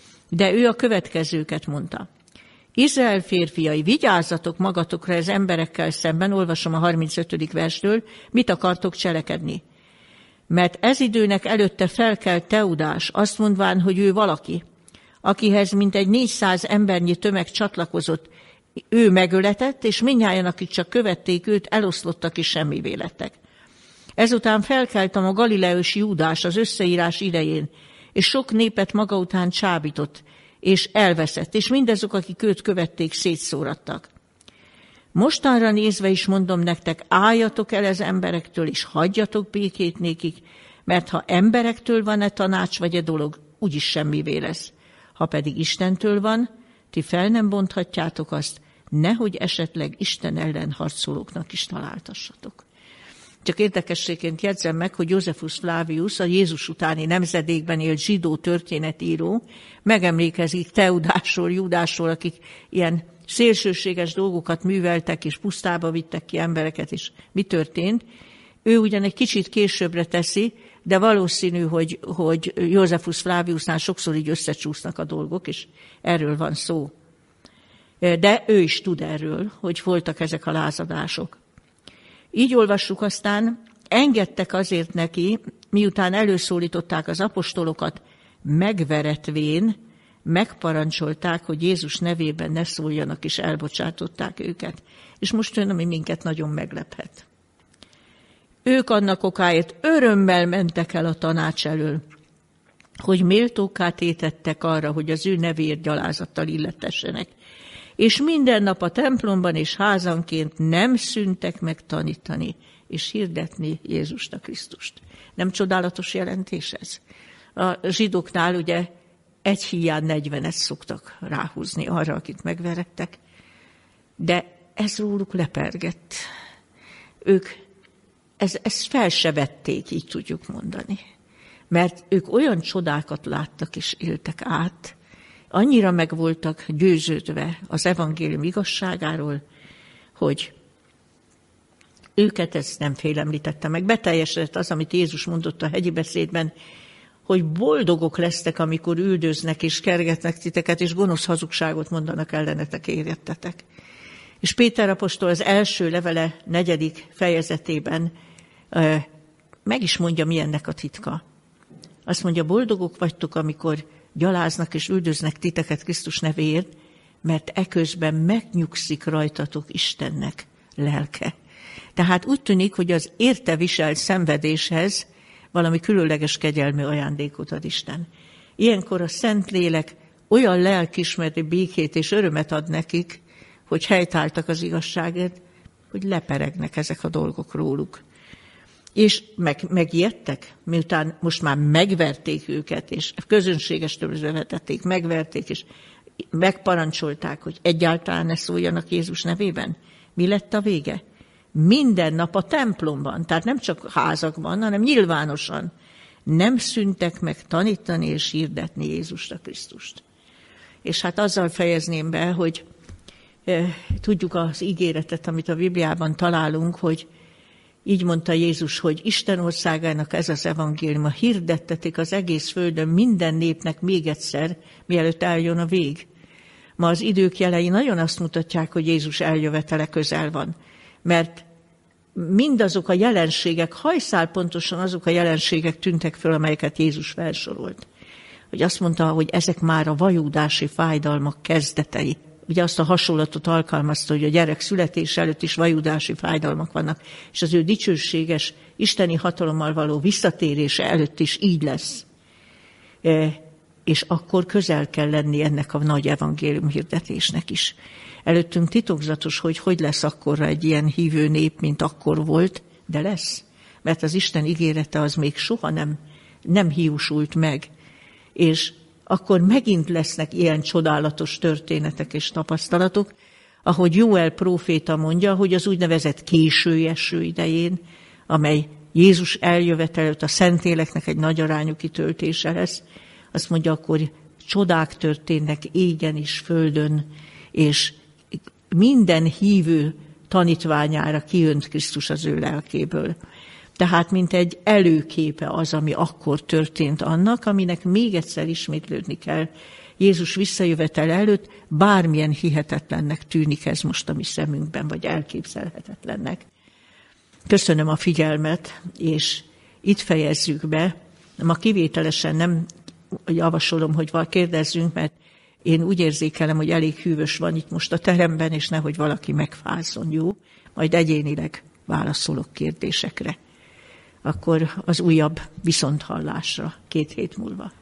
De ő a következőket mondta. Izrael férfiai, vigyázzatok magatokra az emberekkel szemben, olvasom a 35. versről, mit akartok cselekedni. Mert ez időnek előtte felkelt Teudás, azt mondván, hogy ő valaki, akihez mintegy 400 embernyi tömeg csatlakozott, ő megöletett, és mindnyájan, akik csak követték őt, eloszlottak és semmivé lettek. Ezután felkeltem a galileus Júdás az összeírás idején, és sok népet maga után csábított, és elveszett, és mindazok, akik őt követték, szétszórattak. Mostanra nézve is mondom nektek, álljatok el az emberektől, és hagyjatok békét nékik, mert ha emberektől van-e tanács vagy dolog, úgyis semmivé lesz. Ha pedig Istentől van, ti fel nem bonthatjátok azt, nehogy esetleg Isten ellen harcolóknak is találtassatok. Csak érdekességként jegyzem meg, hogy Josephus Flavius, a Jézus utáni nemzedékben élt zsidó történetíró, megemlékezik Teudásról, Júdásról, akik ilyen szélsőséges dolgokat műveltek, és pusztába vittek ki embereket, és mi történt. Ő ugyan egy kicsit későbbre teszi, de valószínű, hogy Josephus Flaviusnál sokszor így összecsúsznak a dolgok, és erről van szó. De ő is tud erről, hogy voltak ezek a lázadások. Így olvassuk aztán, engedtek azért neki, miután előszólították az apostolokat, megveretvén, megparancsolták, hogy Jézus nevében ne szóljanak, és elbocsátották őket. És most jön, ami minket nagyon meglephet. Ők annak okáért örömmel mentek el a tanács elől, hogy méltókká tétettek arra, hogy az ő nevéért gyalázattal illetessenek. És minden nap a templomban és házanként nem szűntek meg tanítani, és hirdetni Jézust a Krisztust. Nem csodálatos jelentés ez? A zsidóknál ugye egy híján 40-et szoktak ráhúzni arra, akit megverettek, de ez róluk lepergett. Ők ezt fel se vették, így tudjuk mondani. Mert ők olyan csodákat láttak és éltek át, annyira meg voltak győződve az evangélium igazságáról, hogy őket ez nem félemlítette meg. Beteljesedett az, amit Jézus mondott a hegyi beszédben, hogy boldogok lesztek, amikor üldöznek és kergetnek titeket, és gonosz hazugságot mondanak ellenetek, érjettetek. És Péter apostol az első levele 4. fejezetében meg is mondja, mi ennek a titka. Azt mondja, boldogok vagytok, amikor gyaláznak és üldöznek titeket Krisztus nevéért, mert eközben megnyugszik rajtatok Istennek lelke. Tehát úgy tűnik, hogy az érte viselt szenvedéshez valami különleges kegyelmi ajándékot ad Isten. Ilyenkor a Szentlélek olyan lelkiismereti békét és örömet ad nekik, hogy helytáltak az igazságért, hogy leperegnek ezek a dolgok róluk. És megijedtek, miután most már megverték őket, és közönséges törzsbe vetették, megverték, és megparancsolták, hogy egyáltalán ne szóljanak Jézus nevében. Mi lett a vége? minden nap a templomban, tehát nem csak házakban, hanem nyilvánosan nem szűntek meg tanítani és hirdetni Jézust a Krisztust. És hát azzal fejezném be, hogy tudjuk az ígéretet, amit a Bibliában találunk, hogy így mondta Jézus, hogy Isten országának ez az evangéliuma, hirdettetik az egész földön minden népnek még egyszer, mielőtt eljön a vég. Ma az idők jelei nagyon azt mutatják, hogy Jézus eljövetele közel van, mert mindazok a jelenségek, hajszál pontosan azok a jelenségek tűntek föl, amelyeket Jézus felsorolt. Hogy azt mondta, hogy ezek már a vajúdási fájdalmak kezdetei. Ugye azt a hasonlatot alkalmazta, hogy a gyerek születés előtt is vajúdási fájdalmak vannak, és az ő dicsőséges isteni hatalommal való visszatérése előtt is így lesz. És akkor közel kell lenni ennek a nagy evangélium hirdetésnek is. Előttünk titokzatos, hogy lesz akkorra egy ilyen hívő nép, mint akkor volt, de lesz. Mert az Isten ígérete az még soha nem hiúsult meg. És akkor megint lesznek ilyen csodálatos történetek és tapasztalatok, ahogy Jóel próféta mondja, hogy az úgynevezett késői eső idején, amely Jézus eljövetel előtt a Szentléleknek egy nagy arányú kitöltése lesz, azt mondja, akkor csodák történnek égen is, földön, és minden hívő tanítványára kijönt Krisztus az ő lelkéből. Tehát mint egy előképe az, ami akkor történt annak, aminek még egyszer ismétlődni kell. Jézus visszajövetel előtt bármilyen hihetetlennek tűnik ez most a mi szemünkben, vagy elképzelhetetlennek. Köszönöm a figyelmet, és itt fejezzük be. Ma kivételesen nem javasolom, hogy kérdezzünk, mert én úgy érzékelem, hogy elég hűvös van itt most a teremben, és nehogy valaki megfázzon, jó? Majd egyénileg válaszolok kérdésekre. Akkor az újabb viszonthallásra 2 hét múlva.